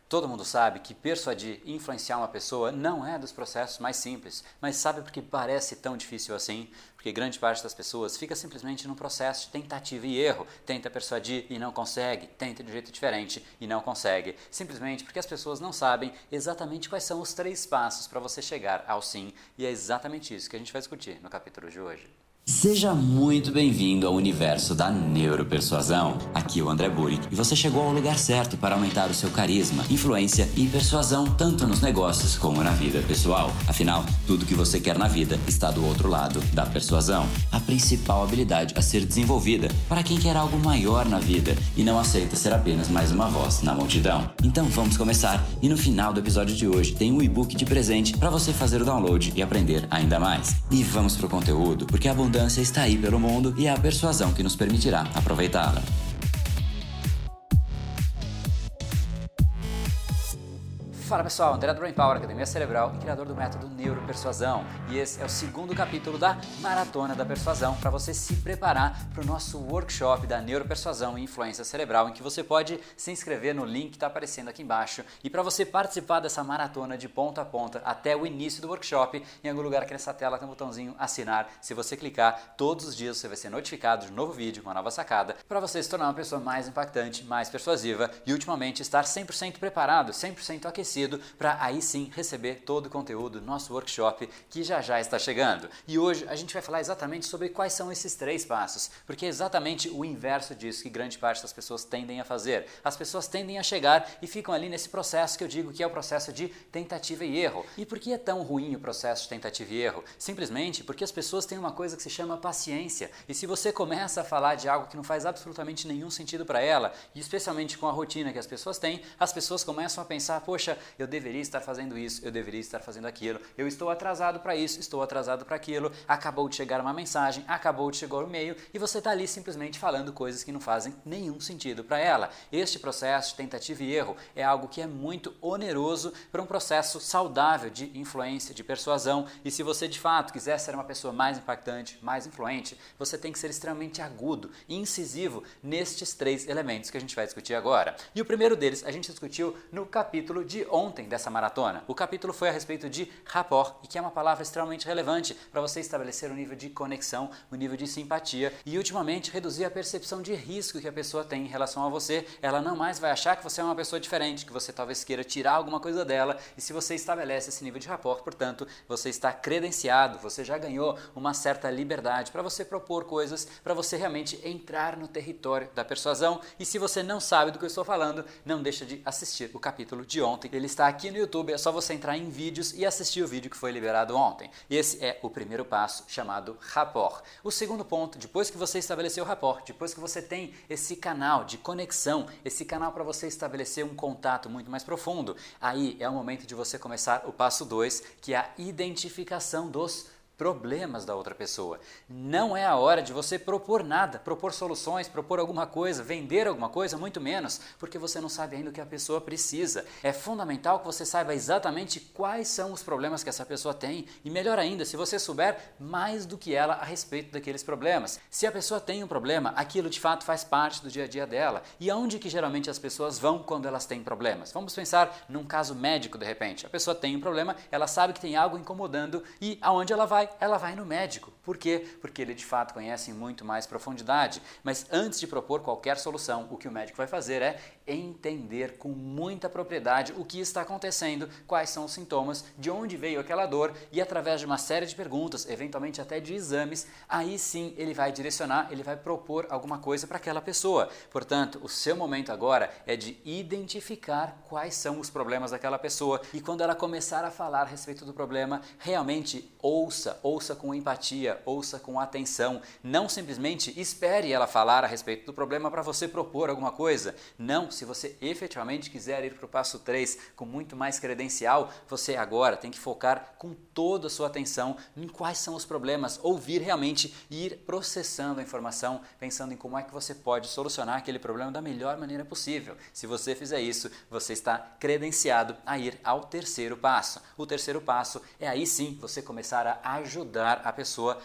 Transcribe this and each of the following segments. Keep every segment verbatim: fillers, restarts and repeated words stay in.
Todo mundo sabe que persuadir e influenciar uma pessoa não é dos processos mais simples, mas sabe por que parece tão difícil assim? Porque grande parte das pessoas fica simplesmente num processo de tentativa e erro, tenta persuadir e não consegue, tenta de um jeito diferente e não consegue, simplesmente porque as pessoas não sabem exatamente quais são os três passos para você chegar ao sim, e é exatamente isso que a gente vai discutir no capítulo de hoje. Seja muito bem-vindo ao universo da neuropersuasão. Aqui é o André Burick e você chegou ao lugar certo para aumentar o seu carisma, influência e persuasão tanto nos negócios como na vida pessoal. Afinal, tudo que você quer na vida está do outro lado da persuasão. A principal habilidade a ser desenvolvida para quem quer algo maior na vida e não aceita ser apenas mais uma voz na multidão. Então vamos começar e no final do episódio de hoje tem um e-book de presente para você fazer o download e aprender ainda mais. E vamos pro conteúdo, porque a abundância está aí pelo mundo e é a persuasão que nos permitirá aproveitá-la. Fala pessoal, André do Brain Power, Academia Cerebral e criador do método Neuropersuasão. E esse é o segundo capítulo da Maratona da Persuasão para você se preparar para o nosso workshop da Neuropersuasão e Influência Cerebral, em que você pode se inscrever no link que está aparecendo aqui embaixo. E para você participar dessa maratona de ponta a ponta até o início do workshop, em algum lugar aqui nessa tela tem um botãozinho assinar. Se você clicar, todos os dias você vai ser notificado de um novo vídeo, uma nova sacada, para você se tornar uma pessoa mais impactante, mais persuasiva e ultimamente estar cem por cento preparado, cem por cento aquecido para aí sim receber todo o conteúdo do nosso workshop que já já está chegando. E hoje a gente vai falar exatamente sobre quais são esses três passos, porque é exatamente o inverso disso que grande parte das pessoas tendem a fazer. As pessoas tendem a chegar e ficam ali nesse processo que eu digo que é o processo de tentativa e erro. E por que é tão ruim o processo de tentativa e erro? Simplesmente porque as pessoas têm uma coisa que se chama paciência. E se você começa a falar de algo que não faz absolutamente nenhum sentido para ela, e especialmente com a rotina que as pessoas têm, as pessoas começam a pensar, poxa, eu deveria estar fazendo isso, eu deveria estar fazendo aquilo, eu estou atrasado para isso, estou atrasado para aquilo, acabou de chegar uma mensagem, acabou de chegar um e-mail e você está ali simplesmente falando coisas que não fazem nenhum sentido para ela. Este processo de tentativa e erro é algo que é muito oneroso para um processo saudável de influência, de persuasão, e se você de fato quiser ser uma pessoa mais impactante, mais influente, você tem que ser extremamente agudo e incisivo nestes três elementos que a gente vai discutir agora. E o primeiro deles a gente discutiu no capítulo de ontem dessa maratona. O capítulo foi a respeito de rapport, e que é uma palavra extremamente relevante para você estabelecer o nível de conexão, o nível de simpatia e ultimamente reduzir a percepção de risco que a pessoa tem em relação a você. Ela não mais vai achar que você é uma pessoa diferente, que você talvez queira tirar alguma coisa dela, e se você estabelece esse nível de rapport, portanto, você está credenciado, você já ganhou uma certa liberdade para você propor coisas, para você realmente entrar no território da persuasão. E se você não sabe do que eu estou falando, não deixa de assistir o capítulo de ontem. Ele está aqui no YouTube, é só você entrar em vídeos e assistir o vídeo que foi liberado ontem. E esse é o primeiro passo, chamado rapport. O segundo ponto, depois que você estabeleceu o rapport, depois que você tem esse canal de conexão, esse canal para você estabelecer um contato muito mais profundo, aí é o momento de você começar o passo dois, que é a identificação dos problemas da outra pessoa. Não é a hora de você propor nada, propor soluções, propor alguma coisa, vender alguma coisa, muito menos, porque você não sabe ainda o que a pessoa precisa. É fundamental que você saiba exatamente quais são os problemas que essa pessoa tem e, melhor ainda, se você souber mais do que ela a respeito daqueles problemas. Se a pessoa tem um problema, aquilo de fato faz parte do dia a dia dela. E aonde que geralmente as pessoas vão quando elas têm problemas? Vamos pensar num caso médico de repente. A pessoa tem um problema, ela sabe que tem algo incomodando e aonde ela vai? Ela vai no médico. Por quê? Porque ele de fato conhece em muito mais profundidade. Mas antes de propor qualquer solução, o que o médico vai fazer é entender com muita propriedade o que está acontecendo, quais são os sintomas, de onde veio aquela dor e através de uma série de perguntas, eventualmente até de exames, aí sim ele vai direcionar, ele vai propor alguma coisa para aquela pessoa. Portanto, o seu momento agora é de identificar quais são os problemas daquela pessoa e quando ela começar a falar a respeito do problema, realmente ouça, ouça com empatia, ouça com atenção, não simplesmente espere ela falar a respeito do problema para você propor alguma coisa. Não, se você efetivamente quiser ir para o passo três com muito mais credencial, você agora tem que focar com toda a sua atenção em quais são os problemas, ouvir realmente e ir processando a informação, pensando em como é que você pode solucionar aquele problema da melhor maneira possível. Se você fizer isso, você está credenciado a ir ao terceiro passo. O terceiro passo é aí sim você começar a ajudar a pessoa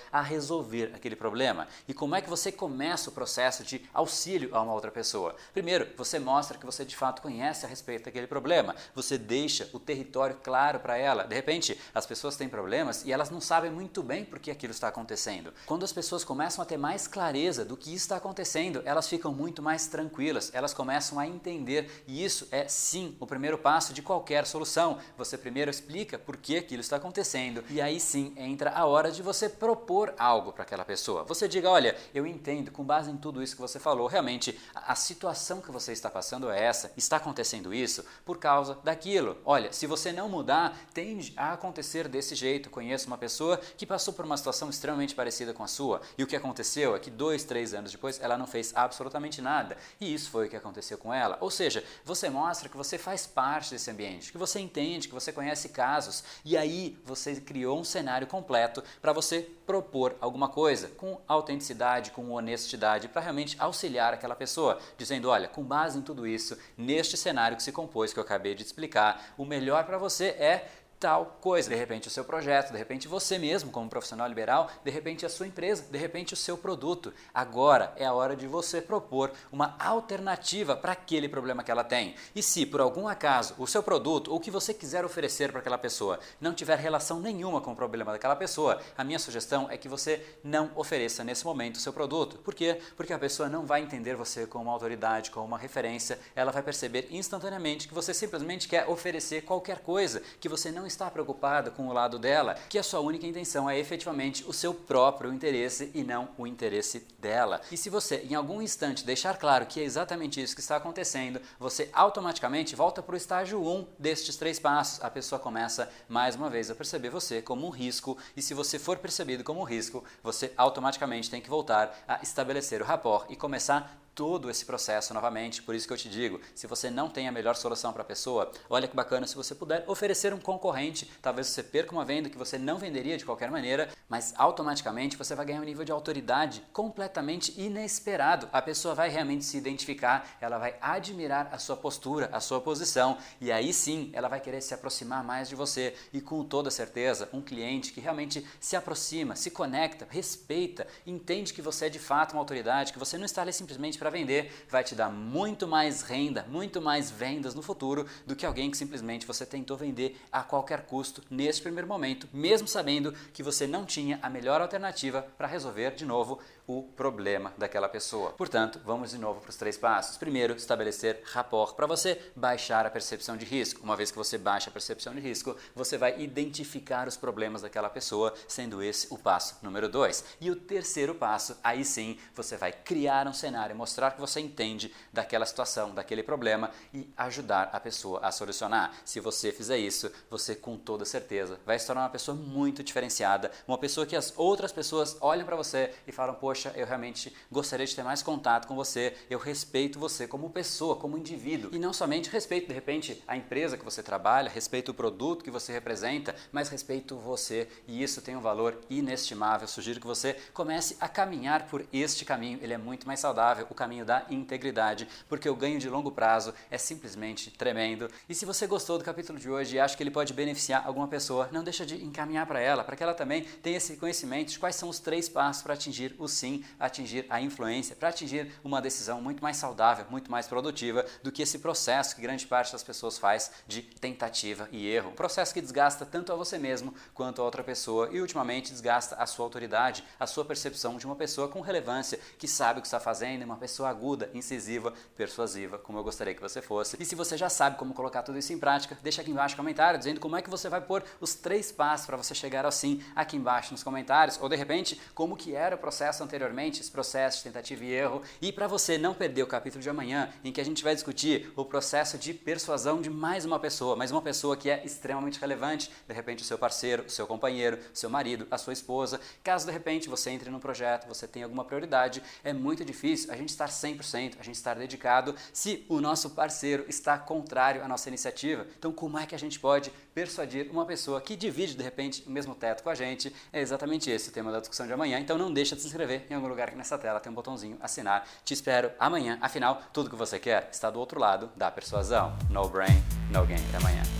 a resolver aquele problema. E como é que você começa o processo de auxílio a uma outra pessoa? Primeiro, você mostra que você de fato conhece a respeito daquele problema. Você deixa o território claro para ela. De repente, as pessoas têm problemas e elas não sabem muito bem por que aquilo está acontecendo. Quando as pessoas começam a ter mais clareza do que está acontecendo, elas ficam muito mais tranquilas, elas começam a entender, e isso é sim o primeiro passo de qualquer solução. Você primeiro explica por que aquilo está acontecendo e aí sim entra a hora de você propor algo para aquela pessoa. Você diga, olha, eu entendo, com base em tudo isso que você falou, realmente a, a situação que você está passando é essa, está acontecendo isso por causa daquilo. Olha, se você não mudar, tende a acontecer desse jeito. Conheço uma pessoa que passou por uma situação extremamente parecida com a sua e o que aconteceu é que dois, três anos depois ela não fez absolutamente nada e isso foi o que aconteceu com ela. Ou seja, você mostra que você faz parte desse ambiente, que você entende, que você conhece casos e aí você criou um cenário completo para você propor alguma coisa com autenticidade, com honestidade, para realmente auxiliar aquela pessoa, dizendo, olha, com base em tudo isso, neste cenário que se compôs, que eu acabei de explicar, o melhor para você é tal coisa, de repente o seu projeto, de repente você mesmo como profissional liberal, de repente a sua empresa, de repente o seu produto. Agora é a hora de você propor uma alternativa para aquele problema que ela tem. E se por algum acaso o seu produto ou o que você quiser oferecer para aquela pessoa não tiver relação nenhuma com o problema daquela pessoa, a minha sugestão é que você não ofereça nesse momento o seu produto. Por quê? Porque a pessoa não vai entender você como uma autoridade, como uma referência, ela vai perceber instantaneamente que você simplesmente quer oferecer qualquer coisa, que você não está preocupada com o lado dela, que a sua única intenção é efetivamente o seu próprio interesse e não o interesse dela. E se você em algum instante deixar claro que é exatamente isso que está acontecendo, você automaticamente volta para o estágio um destes três passos. A pessoa começa mais uma vez a perceber você como um risco e se você for percebido como um risco, você automaticamente tem que voltar a estabelecer o rapport e começar todo esse processo novamente. Por isso que eu te digo, se você não tem a melhor solução para a pessoa, olha que bacana se você puder oferecer um concorrente, talvez você perca uma venda que você não venderia de qualquer maneira, mas automaticamente você vai ganhar um nível de autoridade completamente inesperado. A pessoa vai realmente se identificar, ela vai admirar a sua postura, a sua posição e aí sim ela vai querer se aproximar mais de você e com toda certeza um cliente que realmente se aproxima, se conecta, respeita, entende que você é de fato uma autoridade, que você não está ali simplesmente para vender, vai te dar muito mais renda, muito mais vendas no futuro do que alguém que simplesmente você tentou vender a qualquer custo neste primeiro momento, mesmo sabendo que você não tinha a melhor alternativa para resolver de novo o problema daquela pessoa. Portanto, vamos de novo para os três passos. Primeiro, estabelecer rapport para você baixar a percepção de risco. Uma vez que você baixa a percepção de risco, você vai identificar os problemas daquela pessoa, sendo esse o passo número dois. E o terceiro passo, aí sim, você vai criar um cenário, mostrar que você entende daquela situação, daquele problema e ajudar a pessoa a solucionar. Se você fizer isso, você com toda certeza vai se tornar uma pessoa muito diferenciada, uma pessoa que as outras pessoas olham para você e falam, poxa, eu realmente gostaria de ter mais contato com você, eu respeito você como pessoa, como indivíduo. E não somente respeito, de repente, a empresa que você trabalha, respeito o produto que você representa, mas respeito você e isso tem um valor inestimável. Eu sugiro que você comece a caminhar por este caminho, ele é muito mais saudável, o caminho da integridade, porque o ganho de longo prazo é simplesmente tremendo. E se você gostou do capítulo de hoje e acha que ele pode beneficiar alguma pessoa, não deixa de encaminhar para ela, para que ela também tenha esse conhecimento de quais são os três passos para atingir o sim, atingir a influência, para atingir uma decisão muito mais saudável, muito mais produtiva do que esse processo que grande parte das pessoas faz de tentativa e erro. Um processo que desgasta tanto a você mesmo quanto a outra pessoa e ultimamente desgasta a sua autoridade, a sua percepção de uma pessoa com relevância, que sabe o que está fazendo, uma pessoa aguda, incisiva, persuasiva, como eu gostaria que você fosse. E se você já sabe como colocar tudo isso em prática, deixa aqui embaixo um comentário dizendo como é que você vai pôr os três passos para você chegar ao sim aqui embaixo nos comentários, ou de repente, como que era o processo anteriormente, esse processo de tentativa e erro. E para você não perder o capítulo de amanhã, em que a gente vai discutir o processo de persuasão de mais uma pessoa, mas uma pessoa que é extremamente relevante, de repente o seu parceiro, o seu companheiro, o seu marido, a sua esposa. Caso de repente você entre num projeto, você tem alguma prioridade, é muito difícil a gente estar cem por cento, a gente estar dedicado se o nosso parceiro está contrário à nossa iniciativa. Então como é que a gente pode persuadir uma pessoa que divide de repente o mesmo teto com a gente? É exatamente esse o tema da discussão de amanhã, então não deixa de se inscrever em algum lugar aqui nessa tela, tem um botãozinho assinar. Te espero amanhã, afinal tudo que você quer está do outro lado da persuasão. No brain, no gain. Até amanhã.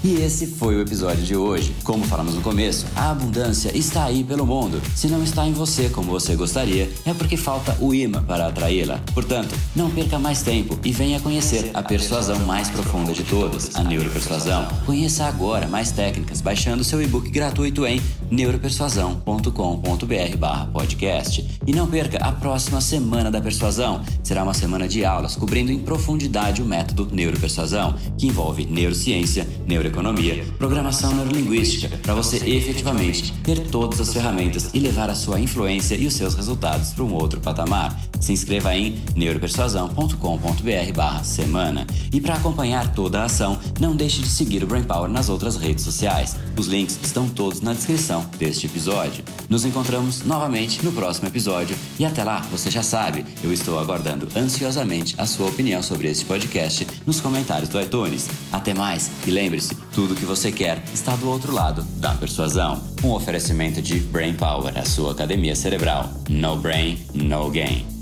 E esse foi o episódio de hoje. Como falamos no começo, a abundância está aí pelo mundo. Se não está em você como você gostaria, é porque falta o imã para atraí-la. Portanto, não perca mais tempo e venha conhecer a persuasão mais profunda de todas, a neuropersuasão. Conheça agora mais técnicas baixando seu e-book gratuito em neuropersuasão ponto com ponto br barra podcast. E não perca a próxima Semana da Persuasão. Será uma semana de aulas cobrindo em profundidade o método neuropersuasão, que envolve neurociência, neuroeconomia, programação neurolinguística, para você efetivamente ter todas as ferramentas e levar a sua influência e os seus resultados para um outro patamar. Se inscreva em neuropersuasão ponto com ponto br barra semana. E para acompanhar toda a ação, não deixe de seguir o Brain Power nas outras redes sociais. Os links estão todos na descrição deste episódio. Nos encontramos novamente no próximo episódio e até lá, você já sabe, eu estou aguardando ansiosamente a sua opinião sobre este podcast nos comentários do iTunes. Até mais e lembre-se, tudo que você quer está do outro lado da persuasão. Um oferecimento de Brain Power, a sua academia cerebral. No brain, no gain.